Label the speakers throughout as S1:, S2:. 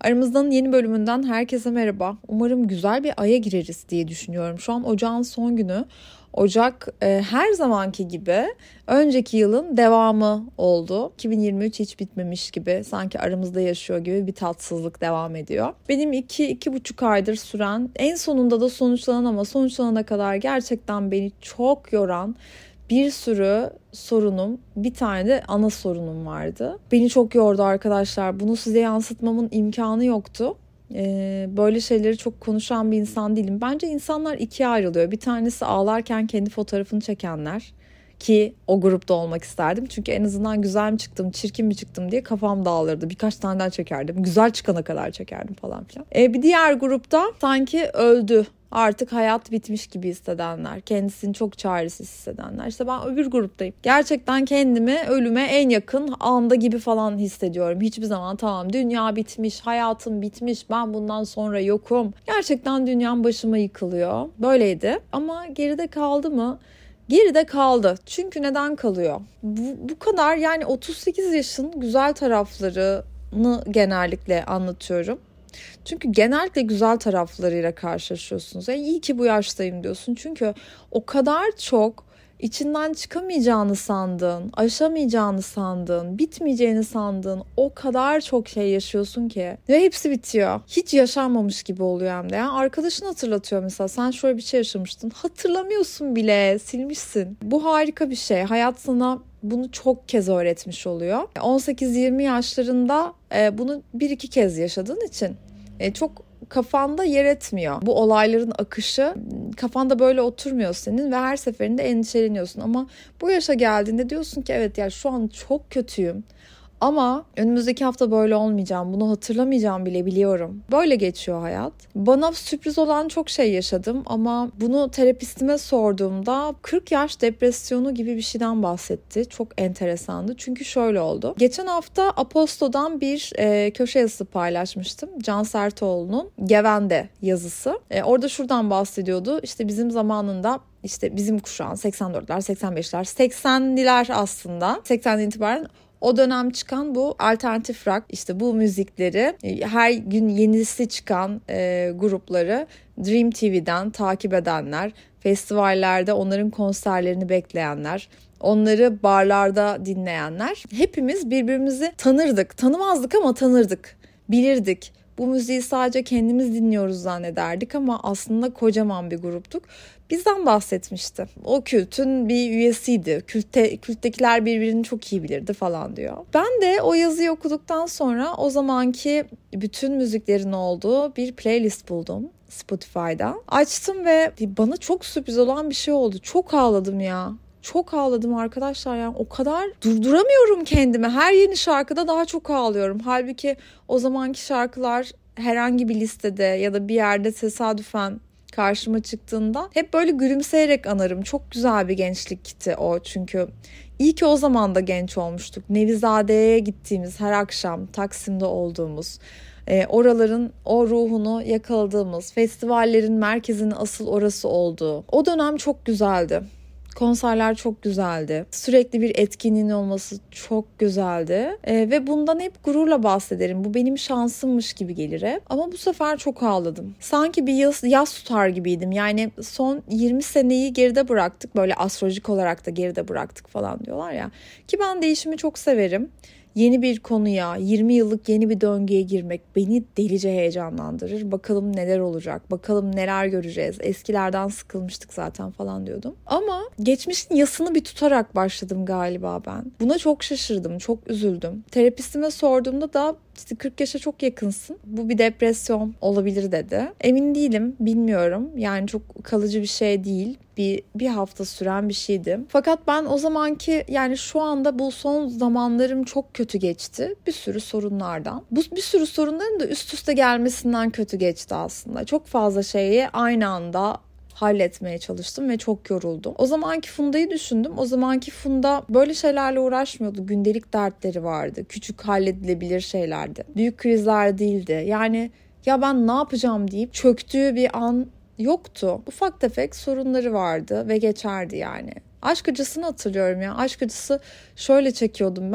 S1: Aramızdan yeni bölümünden herkese merhaba. Umarım güzel bir aya gireriz diye düşünüyorum. Şu an ocağın son günü. Ocak her zamanki gibi önceki yılın devamı oldu. 2023 hiç bitmemiş gibi, sanki aramızda yaşıyor gibi bir tatsızlık devam ediyor. Benim 2,5 aydır süren, en sonunda da sonuçlanan ama sonuçlanana kadar gerçekten beni çok yoran bir sürü sorunum, bir tane de ana sorunum vardı. Beni çok yordu arkadaşlar. Bunu size yansıtmamın imkanı yoktu. Böyle şeyleri çok konuşan bir insan değilim. Bence insanlar ikiye ayrılıyor. Bir tanesi ağlarken kendi fotoğrafını çekenler, ki o grupta olmak isterdim. Çünkü en azından güzel mi çıktım, çirkin mi çıktım diye kafam dağılırdı. Birkaç tane daha çekerdim. Güzel çıkana kadar çekerdim falan filan. Bir diğer grupta sanki öldü, artık hayat bitmiş gibi hissedenler, kendisini çok çaresiz hissedenler. İşte ben öbür gruptayım. Gerçekten kendimi ölüme en yakın anda gibi falan hissediyorum. Hiçbir zaman tamam, dünya bitmiş, hayatım bitmiş, ben bundan sonra yokum. Gerçekten dünyam başıma yıkılıyor. Böyleydi. Ama geride kaldı mı? Geride kaldı. Çünkü neden kalıyor? Bu kadar, yani 38 yaşın güzel taraflarını genellikle anlatıyorum. Çünkü genellikle güzel taraflarıyla karşılaşıyorsunuz. Yani iyi ki bu yaştayım diyorsun. Çünkü o kadar çok içinden çıkamayacağını sandığın, aşamayacağını sandığın, bitmeyeceğini sandığın o kadar çok şey yaşıyorsun ki. Ve hepsi bitiyor. Hiç yaşanmamış gibi oluyor hem de. Yani arkadaşın hatırlatıyor mesela. Sen şöyle bir şey yaşamıştın. Hatırlamıyorsun bile, silmişsin. Bu harika bir şey. Hayat sana bunu çok kez öğretmiş oluyor. 18-20 yaşlarında bunu bir iki kez yaşadığın için çok kafanda yer etmiyor. Bu olayların akışı kafanda böyle oturmuyor senin ve her seferinde endişeleniyorsun. Ama bu yaşa geldiğinde diyorsun ki evet ya, şu an çok kötüyüm. Ama önümüzdeki hafta böyle olmayacağım. Bunu hatırlamayacağım bile, biliyorum. Böyle geçiyor hayat. Bana sürpriz olan çok şey yaşadım ama bunu terapistime sorduğumda 40 yaş depresyonu gibi bir şeyden bahsetti. Çok enteresandı. Çünkü şöyle oldu. Geçen hafta Aposto'dan bir köşe yazısı paylaşmıştım. Can Sertoğlu'nun Gevende yazısı. Orada şuradan bahsediyordu. İşte bizim zamanında, İşte bizim kuşağın 84'ler, 85'ler, 80'liler aslında. 80'den itibaren o dönem çıkan bu alternatif rock, işte bu müzikleri, her gün yenisi çıkan grupları Dream TV'den takip edenler, festivallerde onların konserlerini bekleyenler, onları barlarda dinleyenler, hepimiz birbirimizi tanırdık. Tanımazdık ama tanırdık, bilirdik. Bu müziği sadece kendimiz dinliyoruz zannederdik ama aslında kocaman bir gruptuk. Bizden bahsetmişti. O kültün bir üyesiydi. Külttekiler birbirini çok iyi bilirdi falan diyor. Ben de o yazıyı okuduktan sonra o zamanki bütün müziklerin olduğu bir playlist buldum Spotify'da. Açtım ve bana çok sürpriz olan bir şey oldu. Çok ağladım ya. Çok ağladım arkadaşlar, yani o kadar durduramıyorum kendimi. Her yeni şarkıda daha çok ağlıyorum. Halbuki o zamanki şarkılar herhangi bir listede ya da bir yerde tesadüfen karşıma çıktığında hep böyle gülümseyerek anarım. Çok güzel bir gençlikti o çünkü. İyi ki o zaman da genç olmuştuk. Nevizade'ye gittiğimiz, her akşam Taksim'de olduğumuz, oraların o ruhunu yakaladığımız, festivallerin merkezinin asıl orası olduğu o dönem çok güzeldi. Konserler çok güzeldi. Sürekli bir etkinliğin olması çok güzeldi. Ve bundan hep gururla bahsederim. Bu benim şansımmış gibi gelir hep. Ama bu sefer çok ağladım. Sanki bir yas tutar gibiydim. Yani son 20 seneyi geride bıraktık. Böyle astrolojik olarak da geride bıraktık falan diyorlar ya. Ki ben değişimi çok severim. Yeni bir konuya, 20 yıllık yeni bir döngüye girmek beni delice heyecanlandırır. Bakalım neler olacak, bakalım neler göreceğiz. Eskilerden sıkılmıştık zaten falan diyordum. Ama geçmişin yasını bir tutarak başladım galiba ben. Buna çok şaşırdım, çok üzüldüm. Terapistime sorduğumda da işte 40 yaşa çok yakınsın, bu bir depresyon olabilir dedi. Emin değilim, bilmiyorum. Yani çok kalıcı bir şey değil. Bir hafta süren bir şeydi. Fakat ben o zamanki, yani şu anda bu son zamanlarım çok kötü geçti. Bir sürü sorunlardan. Bu bir sürü sorunların da üst üste gelmesinden kötü geçti aslında. Çok fazla şeyi aynı anda halletmeye çalıştım ve çok yoruldum. O zamanki Funda'yı düşündüm. O zamanki Funda böyle şeylerle uğraşmıyordu. Gündelik dertleri vardı. Küçük halledilebilir şeylerdi. Büyük krizler değildi. Yani ya ben ne yapacağım deyip çöktüğü bir an yoktu. Ufak tefek sorunları vardı ve geçerdi yani. Aşk acısını hatırlıyorum ya. Aşk acısı şöyle çekiyordum ben.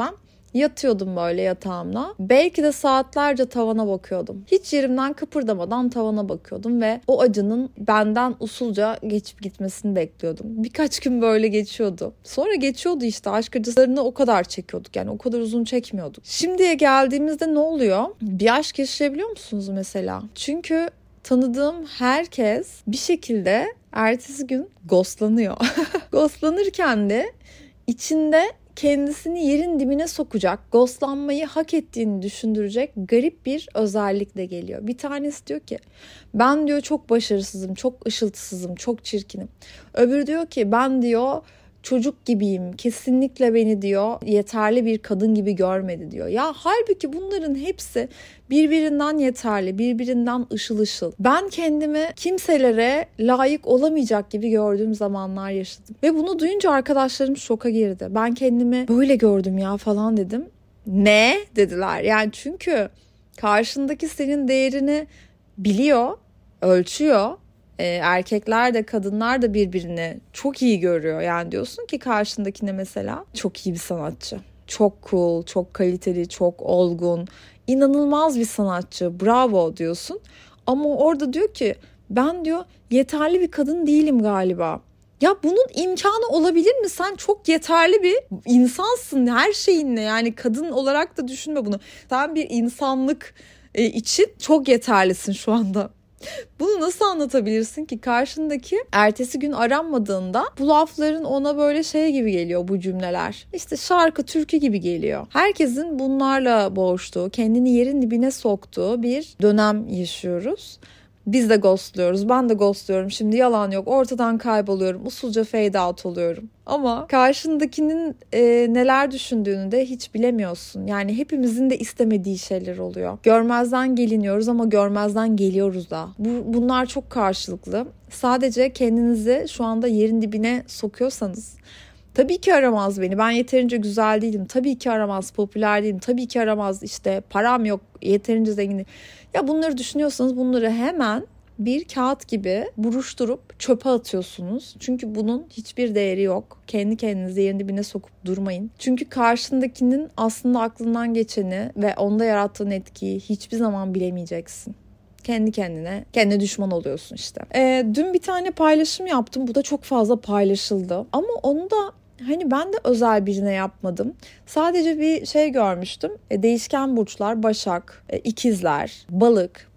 S1: Yatıyordum böyle yatağımda. Belki de saatlerce tavana bakıyordum. Hiç yerimden kıpırdamadan tavana bakıyordum ve o acının benden usulca geçip gitmesini bekliyordum. Birkaç gün böyle geçiyordu. Sonra geçiyordu işte, aşk acılarını o kadar çekiyorduk. Yani o kadar uzun çekmiyorduk. Şimdiye geldiğimizde ne oluyor? Bir aşk yaşayabiliyor musunuz mesela? Çünkü tanıdığım herkes bir şekilde ertesi gün ghostlanıyor. Ghostlanırken de içinde kendisini yerin dibine sokacak, ghostlanmayı hak ettiğini düşündürecek garip bir özellikle geliyor. Bir tanesi diyor ki ben diyor çok başarısızım, çok ışıltısızım, çok çirkinim. Öbürü diyor ki ben diyor çocuk gibiyim, kesinlikle beni diyor yeterli bir kadın gibi görmedi diyor. Ya halbuki bunların hepsi birbirinden yeterli, birbirinden ışıl ışıl. Ben kendimi kimselere layık olamayacak gibi gördüğüm zamanlar yaşadım. Ve bunu duyunca arkadaşlarım şoka girdi. Ben kendimi böyle gördüm ya falan dedim. Ne? Dediler. Yani çünkü karşındaki senin değerini biliyor, ölçüyor. Erkekler de kadınlar da birbirini çok iyi görüyor. Yani diyorsun ki karşındakine mesela çok iyi bir sanatçı. Çok cool, çok kaliteli, çok olgun, inanılmaz bir sanatçı. Bravo diyorsun. Ama orada diyor ki ben diyor yeterli bir kadın değilim galiba. Ya bunun imkanı olabilir mi? Sen çok yeterli bir insansın her şeyinle. Yani kadın olarak da düşünme bunu. Sen bir insanlık için çok yeterlisin şu anda. Bunu nasıl anlatabilirsin ki karşındaki ertesi gün aranmadığında bu lafların ona böyle şey gibi geliyor, bu cümleler. İşte şarkı, türkü gibi geliyor. Herkesin bunlarla boğuştuğu, kendini yerin dibine soktuğu bir dönem yaşıyoruz. Biz de ghostluyoruz. Ben de ghostluyorum. Şimdi yalan yok. Ortadan kayboluyorum. Usulca fade out oluyorum. Ama karşındakinin neler düşündüğünü de hiç bilemiyorsun. Yani hepimizin de istemediği şeyler oluyor. Görmezden geliniyoruz ama görmezden geliyoruz da. Bunlar çok karşılıklı. Sadece kendinizi şu anda yerin dibine sokuyorsanız tabii ki aramaz beni. Ben yeterince güzel değilim. Tabii ki aramaz. Popüler değilim. Tabii ki aramaz. İşte param yok. Yeterince zengin değilim. Ya bunları düşünüyorsanız bunları hemen bir kağıt gibi buruşturup çöpe atıyorsunuz. Çünkü bunun hiçbir değeri yok. Kendi kendinizi yerin dibine sokup durmayın. Çünkü karşındakinin aslında aklından geçeni ve onda yarattığın etkiyi hiçbir zaman bilemeyeceksin. Kendi kendine düşman oluyorsun işte. Dün bir tane paylaşım yaptım. Bu da çok fazla paylaşıldı. Ama onu da hani ben de özel birine yapmadım. Sadece bir şey görmüştüm. Değişken burçlar, Başak, İkizler, Balık.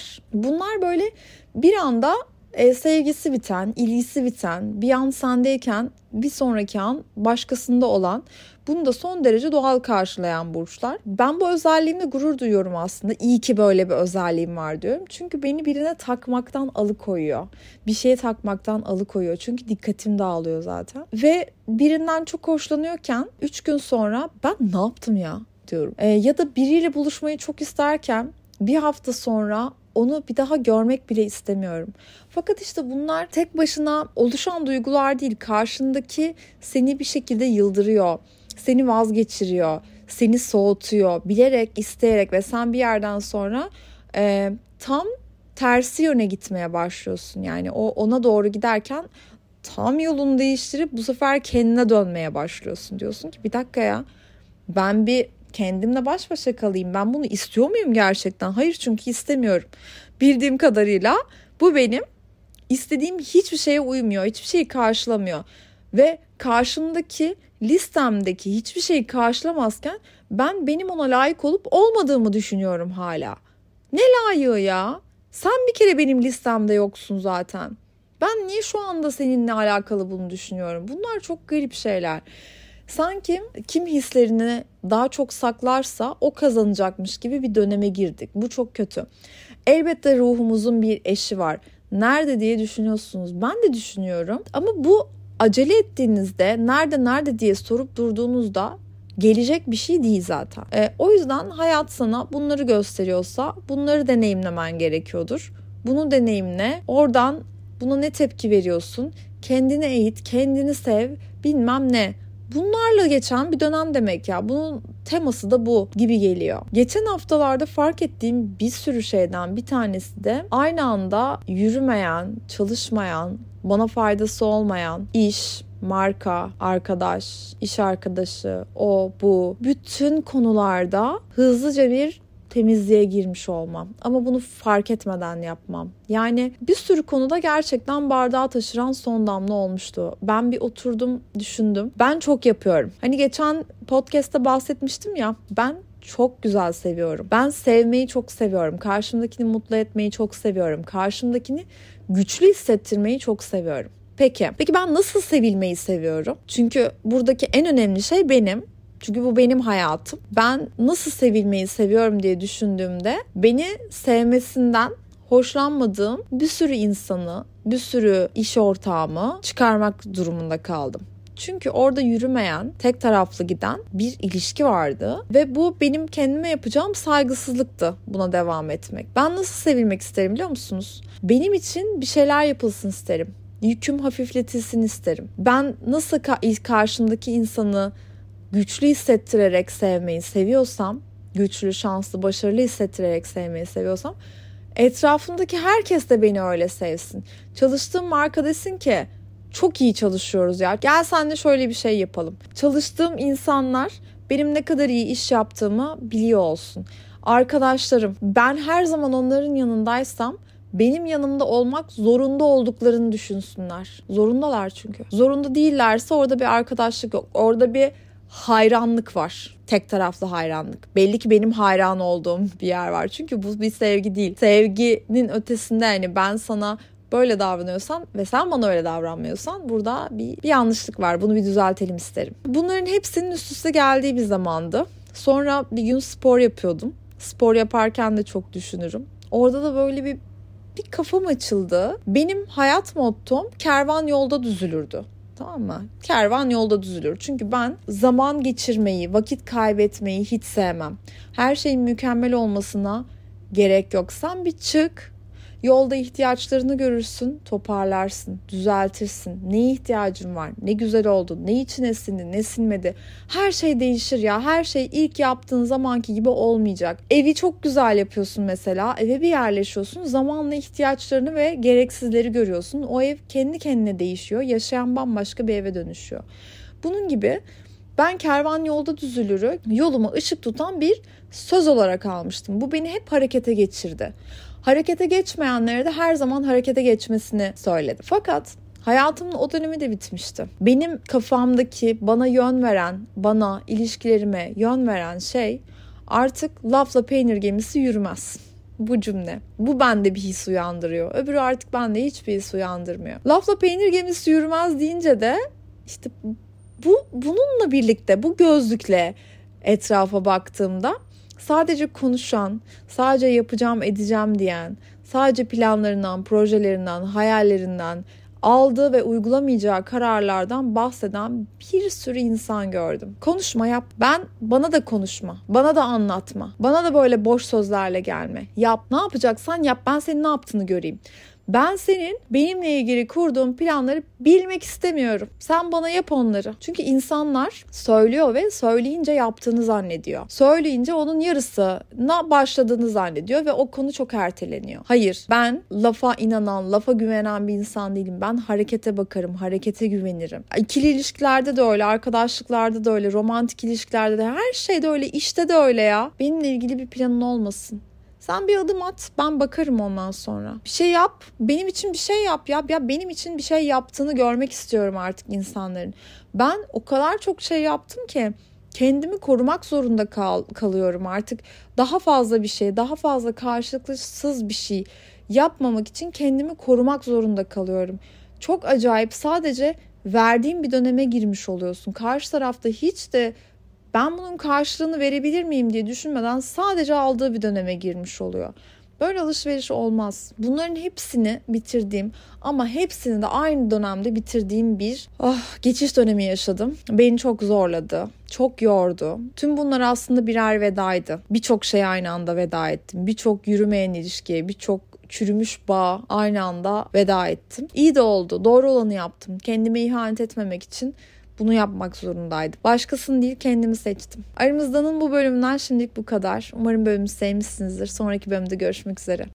S1: Bunlar böyle bir anda sevgisi biten, ilgisi biten, bir an sendeyken bir sonraki an başkasında olan, bunu da son derece doğal karşılayan burçlar. Ben bu özelliğimle gurur duyuyorum aslında. İyi ki böyle bir özelliğim var diyorum. Çünkü beni birine takmaktan alıkoyuyor. Bir şeye takmaktan alıkoyuyor. Çünkü dikkatim dağılıyor zaten. Ve birinden çok hoşlanıyorken 3 gün sonra ben ne yaptım ya diyorum. Ya da biriyle buluşmayı çok isterken bir hafta sonra onu bir daha görmek bile istemiyorum. Fakat işte bunlar tek başına oluşan duygular değil. Karşındaki seni bir şekilde yıldırıyor. Seni vazgeçiriyor. Seni soğutuyor. Bilerek, isteyerek ve sen bir yerden sonra tam tersi yöne gitmeye başlıyorsun. Yani ona doğru giderken tam yolunu değiştirip bu sefer kendine dönmeye başlıyorsun. Diyorsun ki bir dakika ya, ben bir kendimle baş başa kalayım. Ben bunu istiyor muyum gerçekten? Hayır, çünkü istemiyorum. Bildiğim kadarıyla bu benim istediğim hiçbir şeye uymuyor. Hiçbir şeyi karşılamıyor. Ve karşımdaki listemdeki hiçbir şeyi karşılamazken benim ona layık olup olmadığımı düşünüyorum hala. Ne layığı ya? Sen bir kere benim listemde yoksun zaten. Ben niye şu anda seninle alakalı bunu düşünüyorum? Bunlar çok garip şeyler. Sanki kim hislerini daha çok saklarsa o kazanacakmış gibi bir döneme girdik. Bu çok kötü. Elbette ruhumuzun bir eşi var. Nerede diye düşünüyorsunuz. Ben de düşünüyorum. Ama bu acele ettiğinizde nerede diye sorup durduğunuzda gelecek bir şey değil zaten. O yüzden hayat sana bunları gösteriyorsa bunları deneyimlemen gerekiyordur. Bunu deneyimle. Oradan buna ne tepki veriyorsun? Kendini eğit, kendini sev, bilmem ne. Bunlarla geçen bir dönem demek ya. Bunun teması da bu gibi geliyor. Geçen haftalarda fark ettiğim bir sürü şeyden bir tanesi de aynı anda yürümeyen, çalışmayan, bana faydası olmayan iş, marka, arkadaş, iş arkadaşı, o, bu, bütün konularda hızlıca bir temizliğe girmiş olmam. Ama bunu fark etmeden yapmam. Yani bir sürü konuda gerçekten bardağı taşıran son damla olmuştu. Ben bir oturdum, düşündüm. Ben çok yapıyorum. Hani geçen podcast'ta bahsetmiştim ya, ben çok güzel seviyorum. Ben sevmeyi çok seviyorum. Karşımdakini mutlu etmeyi çok seviyorum. Karşımdakini güçlü hissettirmeyi çok seviyorum. Peki ben nasıl sevilmeyi seviyorum? Çünkü buradaki en önemli şey benim. Çünkü bu benim hayatım. Ben nasıl sevilmeyi seviyorum diye düşündüğümde beni sevmesinden hoşlanmadığım bir sürü insanı, bir sürü iş ortağımı çıkarmak durumunda kaldım. Çünkü orada yürümeyen, tek taraflı giden bir ilişki vardı ve bu benim kendime yapacağım saygısızlıktı buna devam etmek. Ben nasıl sevilmek isterim biliyor musunuz? Benim için bir şeyler yapılsın isterim. Yüküm hafifletilsin isterim. Ben nasıl karşımdaki insanı güçlü hissettirerek sevmeyi seviyorsam, güçlü, şanslı, başarılı hissettirerek sevmeyi seviyorsam, etrafımdaki herkes de beni öyle sevsin. Çalıştığım marka desin ki çok iyi çalışıyoruz ya, gel sen de şöyle bir şey yapalım. Çalıştığım insanlar benim ne kadar iyi iş yaptığımı biliyor olsun. Arkadaşlarım, ben her zaman onların yanındaysam benim yanımda olmak zorunda olduklarını düşünsünler. Zorundalar çünkü. Zorunda değillerse orada bir arkadaşlık yok. Orada bir hayranlık var. Tek taraflı hayranlık. Belli ki benim hayran olduğum bir yer var. Çünkü bu bir sevgi değil. Sevginin ötesinde, yani ben sana böyle davranıyorsam ve sen bana öyle davranmıyorsan burada bir yanlışlık var. Bunu bir düzeltelim isterim. Bunların hepsinin üst üste geldiği bir zamandı. Sonra bir gün spor yapıyordum. Spor yaparken de çok düşünürüm. Orada da böyle bir kafam açıldı. Benim hayat mottom kervan yolda düzülürdü. Tamam mı? Kervan yolda düzülür. Çünkü ben zaman geçirmeyi, vakit kaybetmeyi hiç sevmem. Her şeyin mükemmel olmasına gerek yok. Sen bir çık, yolda ihtiyaçlarını görürsün, toparlarsın, düzeltirsin. Neye ihtiyacın var? Ne güzel oldu? Ne içine sindi? Ne sinmedi? Her şey değişir ya. Her şey ilk yaptığın zamanki gibi olmayacak. Evi çok güzel yapıyorsun mesela. Eve bir yerleşiyorsun. Zamanla ihtiyaçlarını ve gereksizleri görüyorsun. O ev kendi kendine değişiyor. Yaşayan bambaşka bir eve dönüşüyor. Bunun gibi ben kervan yolda düzülürü yoluma ışık tutan bir söz olarak almıştım. Bu beni hep harekete geçirdi. Harekete geçmeyenlere de her zaman harekete geçmesini söyledim. Fakat hayatımın o dönemi de bitmişti. Benim kafamdaki bana yön veren, bana ilişkilerime yön veren şey artık lafla peynir gemisi yürümez. Bu cümle. Bu bende bir his uyandırıyor. Öbürü artık bende hiçbir his uyandırmıyor. Lafla peynir gemisi yürümez deyince de işte bununla birlikte, bu gözlükle etrafa baktığımda sadece konuşan, sadece yapacağım edeceğim diyen, sadece planlarından, projelerinden, hayallerinden, aldığı ve uygulamayacağı kararlardan bahseden bir sürü insan gördüm. Konuşma, yap. Bana da konuşma, bana da anlatma, bana da böyle boş sözlerle gelme. Yap, ne yapacaksan yap, ben senin ne yaptığını göreyim. Ben senin benimle ilgili kurduğun planları bilmek istemiyorum. Sen bana yap onları. Çünkü insanlar söylüyor ve söyleyince yaptığını zannediyor. Söyleyince onun yarısına başladığını zannediyor ve o konu çok erteleniyor. Hayır, ben lafa inanan, lafa güvenen bir insan değilim. Ben harekete bakarım, harekete güvenirim. İkili ilişkilerde de öyle, arkadaşlıklarda da öyle, romantik ilişkilerde de, her şeyde öyle, işte de öyle ya. Benimle ilgili bir planın olmasın. Sen bir adım at, ben bakarım ondan sonra. Bir şey yap, benim için bir şey yap ya. Ya benim için bir şey yaptığını görmek istiyorum artık insanların. Ben o kadar çok şey yaptım ki kendimi korumak zorunda kalıyorum artık. Daha fazla bir şey, daha fazla karşılıksız bir şey yapmamak için kendimi korumak zorunda kalıyorum. Çok acayip, sadece verdiğim bir döneme girmiş oluyorsun. Karşı tarafta hiç de ben bunun karşılığını verebilir miyim diye düşünmeden sadece aldığı bir döneme girmiş oluyor. Böyle alışveriş olmaz. Bunların hepsini bitirdiğim ama hepsini de aynı dönemde bitirdiğim bir geçiş dönemi yaşadım. Beni çok zorladı, çok yordu. Tüm bunlar aslında birer vedaydı. Birçok şeye aynı anda veda ettim. Birçok yürümeyen ilişkiye, birçok çürümüş bağ aynı anda veda ettim. İyi de oldu. Doğru olanı yaptım. Kendime ihanet etmemek için bunu yapmak zorundaydı. Başkasını değil, kendimi seçtim. Aramızdanın bu bölümünden şimdilik bu kadar. Umarım bölümü sevmişsinizdir. Sonraki bölümde görüşmek üzere.